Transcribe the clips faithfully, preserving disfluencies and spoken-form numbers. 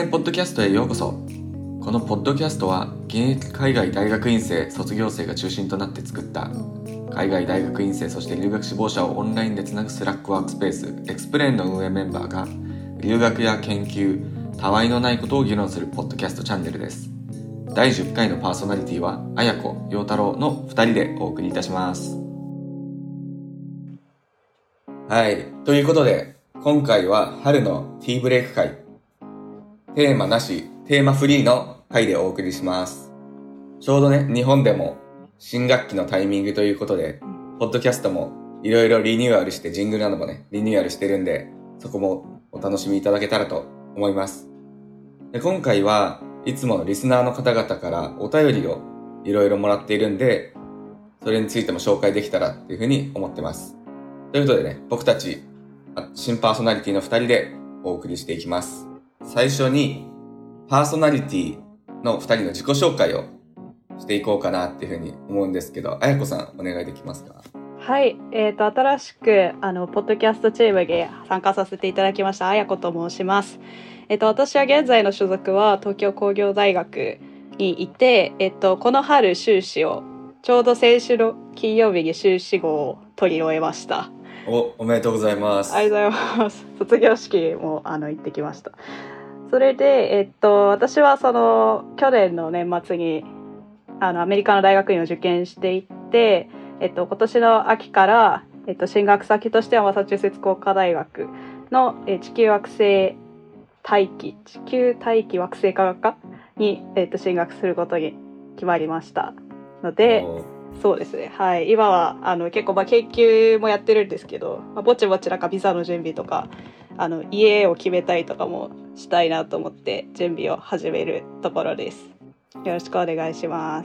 線ポッドキャストへようこそ。このポッドキャストは現役海外大学院生卒業生が中心となって作った海外大学院生そして留学志望者をオンラインでつなぐスラックワークスペースエクスプレーンの運営メンバーが留学や研究、たわいのないことを議論するポッドキャストチャンネルです。だいじゅっかいのパーソナリティはあやこ、陽太郎のふたりでお送りいたします。はい、ということで今回は春のティーブレイク会、テーマなし、テーマフリーの回でお送りします。ちょうどね、日本でも新学期のタイミングということで、ポッドキャストもいろいろリニューアルして、ジングルなどもね、リニューアルしてるんで、そこもお楽しみいただけたらと思います。で、今回はいつものリスナーの方々からお便りをいろいろもらっているんで、それについても紹介できたらっていうふうに思ってます。ということでね、僕たち新パーソナリティのふたりでお送りしていきます。最初にパーソナリティのふたりの自己紹介をしていこうかなっていうふうに思うんですけど、あやこさんお願いできますか？ はい、えーと、新しくあのポッドキャストチームに参加させていただきましたあやこと申します。えーと、私は現在の所属は東京工業大学にいて、えーと、この春修士をちょうど先週の金曜日に修士号を取り終えました。 お、おめでとうございます。 ありがとうございます。卒業式もあの行ってきました。それで、えっと、私はその去年の年末にあのアメリカの大学院を受験していって、えっと、今年の秋から、えっと、進学先としてはマサチューセッツ工科大学の、え地球惑星大気地球大気惑星科学科に、えっと、進学することに決まりましたので、そうですね、はい、今はあの結構まあ研究もやってるんですけど、まあ、ぼちぼちなんかビザの準備とかあの家を決めたりとかもしたいなと思って準備を始めるところです。よろしくお願いします。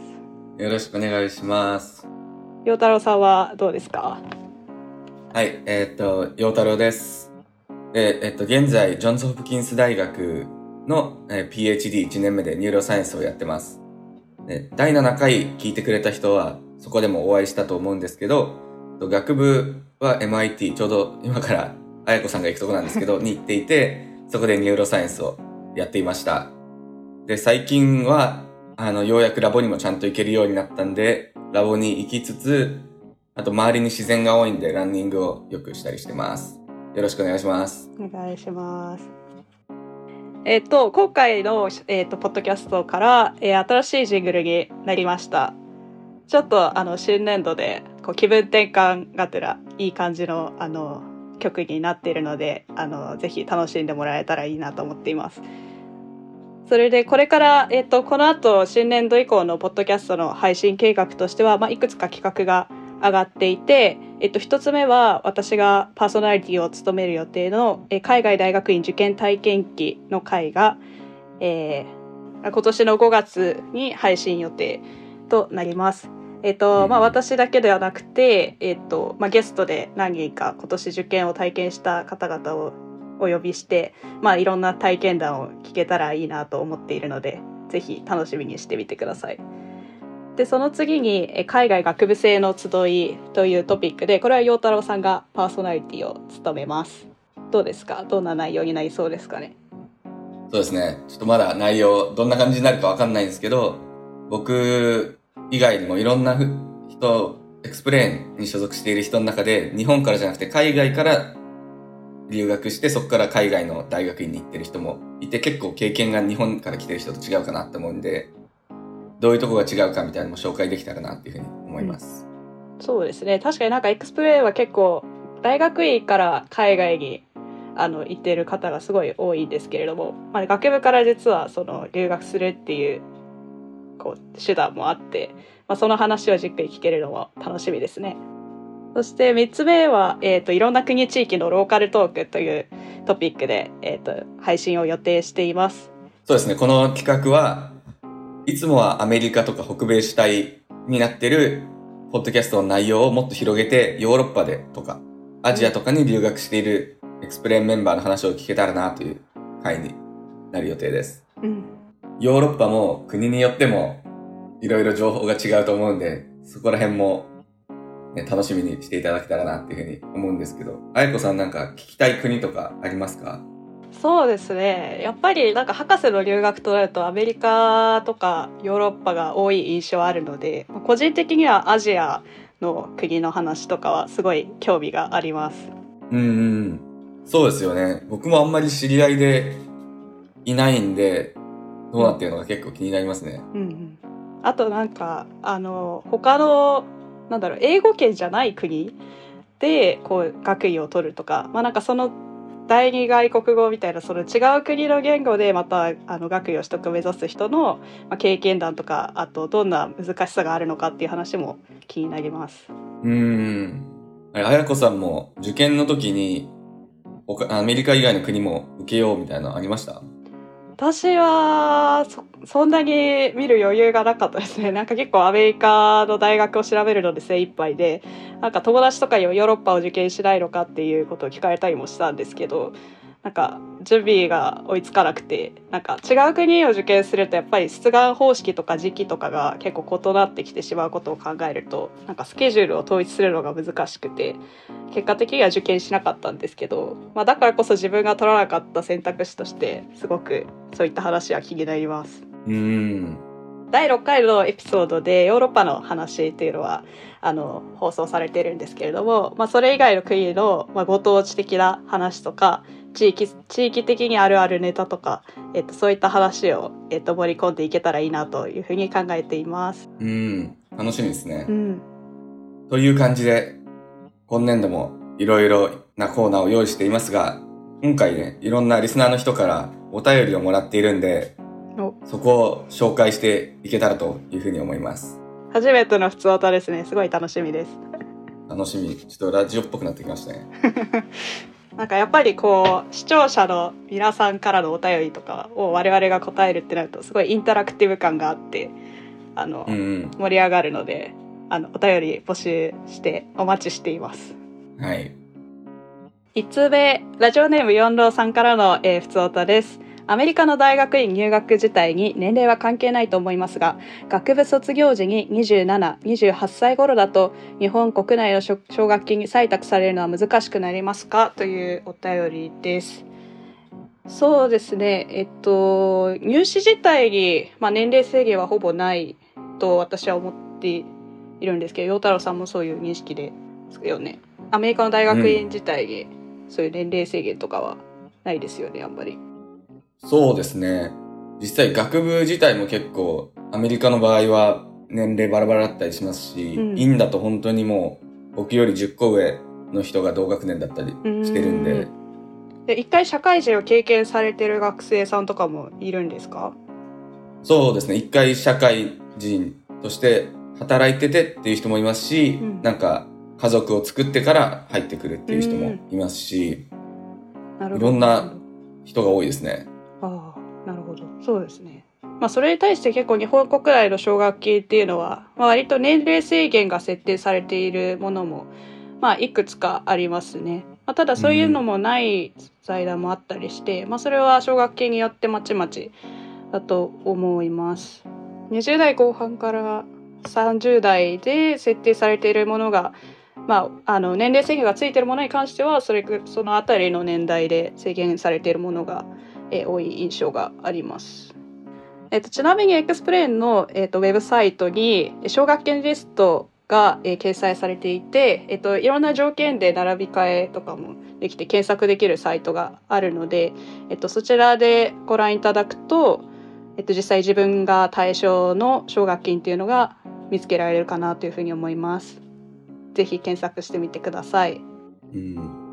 よろしくお願いします。 陽太郎さんはどうですか？ はい、えー、っと陽太郎です。で、えっと現在ジョンズ・ホプキンス大学の、えー、ピーエイチディーいちねんめでニューロサイエンスをやってます。で、だいななかい聞いてくれた人はそこでもお会いしたと思うんですけど、学部は エムアイティー、ちょうど今からあやこさんが行くとこなんですけどに行っていて、そこでニューロサイエンスをやっていました。で、最近はあのようやくラボにもちゃんと行けるようになったんで、ラボに行きつつ、あと周りに自然が多いんでランニングをよくしたりしてます。よろしくお願いします。 お願いします。えっと今回の、えっと、ポッドキャストから、えー、新しいジングルになりました。ちょっとあの新年度でこう気分転換がてらいい感じのあの曲になっているので、あのぜひ楽しんでもらえたらいいなと思っています。それでこれから、えっと、この後新年度以降のポッドキャストの配信計画としては、まあ、いくつか企画が上がっていて、えっと、一つ目は私がパーソナリティを務める予定のえ海外大学院受験体験記の回が、えー、今年のごがつに配信予定となります。えっとまあ、私だけではなくて、えっとまあ、ゲストで何人か今年受験を体験した方々をお呼びして、まあ、いろんな体験談を聞けたらいいなと思っているので、ぜひ楽しみにしてみてください。でその次に海外学部生の集いというトピックで、これは陽太郎さんがパーソナリティを務めます。どうですか？どんな内容になりそうですかね？ そうですね、ちょっとまだ内容どんな感じになるかわかんないんですけど、僕以外にもいろんな人、エクスプレーンに所属している人の中で、日本からじゃなくて海外から留学して、そこから海外の大学院に行ってる人もいて、結構経験が日本から来てる人と違うかなって思うんで、どういうとこが違うかみたいなのも紹介できたらなっていうふうに思います。 うん、そうですね、確かになんかエクスプレーンは結構大学院から海外にあの行っている方がすごい多いんですけれども、まあ、学部から実はその留学するっていうこう手段もあって、まあ、その話をじっくり聞けるのも楽しみですね。そしてみっつめは、えーと、いろんな国地域のローカルトークというトピックで、えーと、配信を予定しています。 そうですね、この企画はいつもはアメリカとか北米主体になってるポッドキャストの内容をもっと広げて、ヨーロッパでとかアジアとかに留学しているエクスプレーンメンバーの話を聞けたらなという回になる予定です。うん、ヨーロッパも国によってもいろいろ情報が違うと思うんで、そこら辺も、ね、楽しみにしていただけたらなっていうふうに思うんですけど、あやこさんなんか聞きたい国とかありますか？ そうですね。やっぱりなんか博士の留学となるとアメリカとかヨーロッパが多い印象あるので、個人的にはアジアの国の話とかはすごい興味があります。 うん、そうですよね。僕もあんまり知り合いでいないんで、どうなってるのか結構気になりますね。 うんうん。あとなんかあの他のなんだろう英語圏じゃない国でこう学位を取るとか、まあなんかその第二外国語みたいなその違う国の言語でまたあの学位を取得を目指す人の、まあ、経験談とか、あとどんな難しさがあるのかっていう話も気になります。 うーん。あやこさんも受験の時に他アメリカ以外の国も受けようみたいなのありました？ 私は そ, そんなに見る余裕がなかったですね。なんか結構アメリカの大学を調べるので精一杯で、なんか友達とかにもヨーロッパを受験しないのかっていうことを聞かれたりもしたんですけど、なんか準備が追いつかなくて、なんか違う国を受験するとやっぱり出願方式とか時期とかが結構異なってきてしまうことを考えると、なんかスケジュールを統一するのが難しくて、結果的には受験しなかったんですけど、まあ、だからこそ自分が取らなかった選択肢としてすごくそういった話は気になります。 うーん。 だいろっかいのエピソードでヨーロッパの話っていうのはあの放送されてるんですけれども、まあ、それ以外の国の、まあ、ご当地的な話とか地域、地域的にあるあるネタとか、えっと、そういった話を、えっと、盛り込んでいけたらいいなというふうに考えています。 うーん。楽しみですね。 うん、 という感じで、今年度もいろいろなコーナーを用意していますが、今回ね、いろんなリスナーの人からお便りをもらっているんで、そこを紹介していけたらというふうに思います。 初めてのふつおたですね。すごい楽しみです。 楽しみ。ちょっとラジオっぽくなってきましたね。 なんかやっぱりこう視聴者の皆さんからのお便りとかを我々が答えるってなるとすごいインタラクティブ感があってあの、うんうん、盛り上がるのであのお便り募集してお待ちしています。 はい。 いちつうめラジオネームよんろうさんからの、えー、ふつおたです。アメリカの大学院入学自体に年齢は関係ないと思いますが、学部卒業時ににじゅうなな、にじゅうはっさい頃だと日本国内の奨学金に採択されるのは難しくなりますかというお便りです。そうですね、えっと入試自体に、まあ、年齢制限はほぼないと私は思っているんですけど、陽太郎さんもそういう認識ですよね。アメリカの大学院自体にそういう年齢制限とかはないですよね、あんまり。 そうですね。実際学部自体も結構アメリカの場合は年齢バラバラだったりしますし、うん、院だと本当にもう僕よりじゅっこ上の人が同学年だったりしてるんで。 で、一回社会人を経験されてる学生さんとかもいるんですか？ そうですね。一回社会人として働いててっていう人もいますし、うん、なんか家族を作ってから入ってくるっていう人もいますし、なるほど、いろんな人が多いですね。 ああ、なるほど。そうですね。まあ、それに対して結構日本国内の奨学金っていうのは、まあ、割と年齢制限が設定されているものも、まあ、いくつかありますね。まあ、ただそういうのもない財団もあったりして、うん、まあ、それは奨学金によってまちまちだと思います。にじゅう代後半からさんじゅう代で設定されているものが、まあ、あの年齢制限がついているものに関してはそれそのあたりの年代で制限されているものがえー、多い印象があります。えー、とちなみにエクスプレーンの、えー、とウェブサイトに奨学金リストが、えー、掲載されていて、えー、といろんな条件で並び替えとかもできて検索できるサイトがあるので、えー、とそちらでご覧いただくと、えー、と実際自分が対象の奨学金っていうのが見つけられるかなというふうに思います。ぜひ検索してみてください。 うん、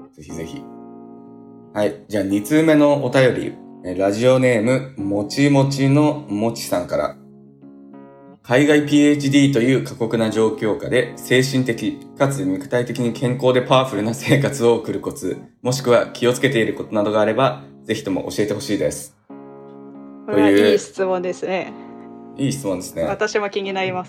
ぜひぜひ。はい、じゃあにつうめのお便り。ラジオネーム、もちもちのもちさんから。海外 ピーエイチディー という過酷な状況下で精神的かつ肉体的に健康でパワフルな生活を送るコツ、もしくは気をつけていることなどがあれば、ぜひとも教えてほしいです。 これはいい質問ですね。 いい質問ですね。 私も気になります。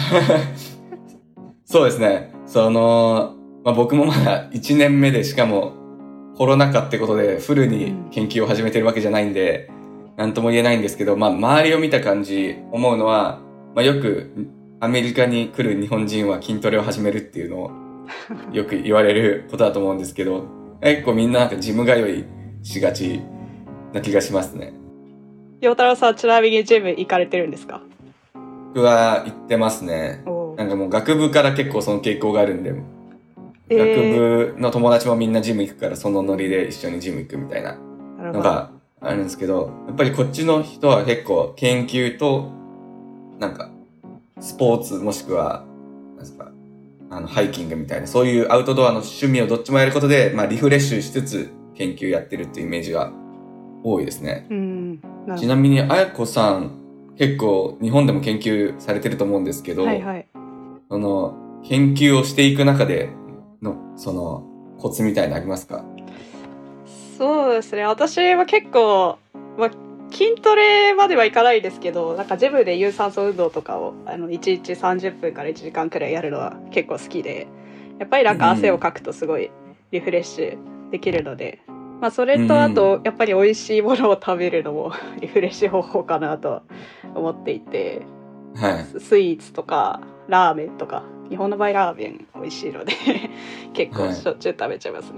そうですね。その、まあ、僕もまだいちねんめでしかも、コロナ禍ってことでフルに研究を始めてるわけじゃないんで、なんとも言えないんですけど、まあ周りを見た感じ思うのは、まあよくアメリカに来る日本人は筋トレを始めるっていうのをよく言われることだと思うんですけど、結構みんななんかジム通いしがちな気がしますね。 陽太郎さん、ちなみにジム行かれてるんですか？ 僕は行ってますね。 おーなんかもう学部から結構その傾向があるんで、 えー学部の友達もみんなジム行くからそのノリで一緒にジム行くみたいななるほど。 のがあるんですけど、やっぱりこっちの人は結構研究となんかスポーツもしくはなんですかあのハイキングみたいなそういうアウトドアの趣味をどっちもやることで、まあ、リフレッシュしつつ研究やってるっていうイメージが多いですね。 うん、なるほど。 ちなみにあやこさん結構日本でも研究されてると思うんですけど、 はいはい。 その研究をしていく中でのそのコツみたいなのありますか？ そうですね。私は結構、まあ、筋トレまではいかないですけど、なんかジムで有酸素運動とかをあのいちにちさんじゅっぷんからいちじかんくらいやるのは結構好きで、やっぱりなんか汗をかくとすごいリフレッシュできるので、まあ、それとあとやっぱり美味しいものを食べるのもリフレッシュ方法かなと思っていて、 はい。 スイーツとかラーメンとか、日本の場合ラーメン美味しいので結構しょっちゅう食べちゃいますね。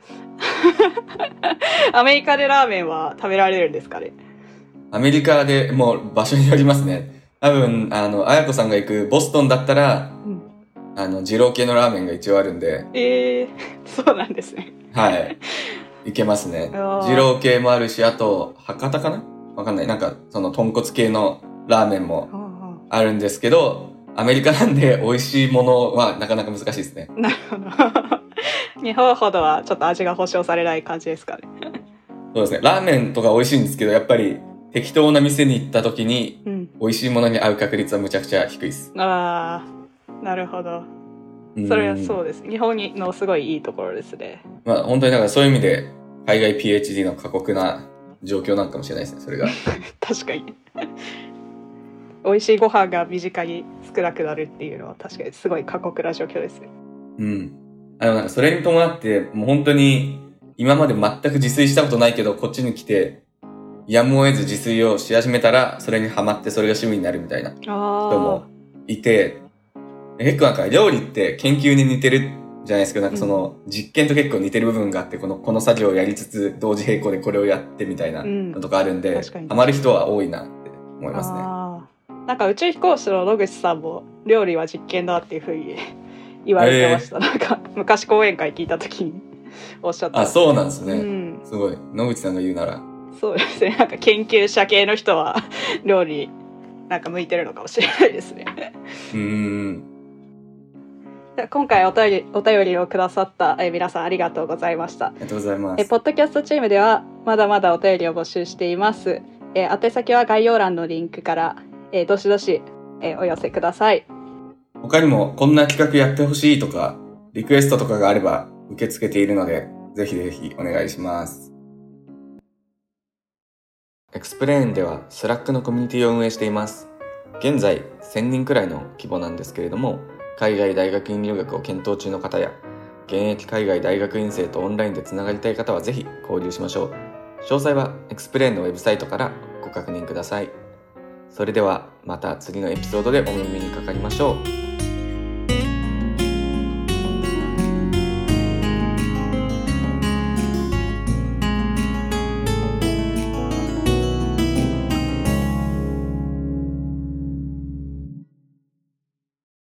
アメリカでラーメンは食べられるんですかね？ アメリカでもう場所によりますね。多分、あの、あやこさんが行くボストンだったら、 うん、 あの、二郎系のラーメンが一応あるんで、 えー、そうなんですね。 はい。いけますね。 あー二郎系もあるし、あと、博多かなわかんない。なんか、その、豚骨系のラーメンもああるんですけど、アメリカなんで美味しいものはなかなか難しいですね。 ーなるほど。日本ほどはちょっと味が保証されない感じですかね。 そうですね。ラーメンとか美味しいんですけど、やっぱり適当な店に行った時に、 うん美味しいものに合う確率はむちゃくちゃ低いです。 ああ、なるほど。それはそうです。日本のすごいいいところですね。 まあ本当にだからそういう意味で海外 ピーエイチディー の過酷な状況なんかもしれないですね、それが。 確かに。美味しいご飯が身近に少なくなるっていうのは確かにすごい過酷な状況ですね。 うん。あのなんかそれに伴ってもう本当に今まで全く自炊したことないけどこっちに来てやむを得ず自炊をし始めたらそれにハマってそれが趣味になるみたいな人もいて、結構なんか料理って研究に似てるじゃないですか。なんかその実験と結構似てる部分があって、このこの作業をやりつつ同時並行でこれをやってみたいなのとかあるんで、 確かにハマる人は多いなって思いますね。 あーなんか宇宙飛行士の野口さんも料理は実験だっていうふうに言われてました。なんか昔講演会聞いた時におっしゃってまあ、 した。 そうなんですね。 うんすごい。野口さんが言うなら。 そうですね。なんか研究者系の人は料理なんか向いてるのかもしれないですね。 うーん。 今回お便りお便りをくださったえ皆さんありがとうございました。 ありがとうございます。 えポッドキャストチームではまだまだお便りを募集しています。え宛先は概要欄のリンクからえどしどしえお寄せください。 他にもこんな企画やってほしいとかリクエストとかがあれば受け付けているのでぜひぜひお願いします。エクスプレーンではスラックのコミュニティを運営しています。現在せんにんくらいの規模なんですけれども、海外大学院留学を検討中の方や現役海外大学院生とオンラインでつながりたい方はぜひ交流しましょう。詳細はエクスプレーンのウェブサイトからご確認ください。それではまた次のエピソードでお耳にかかりましょう。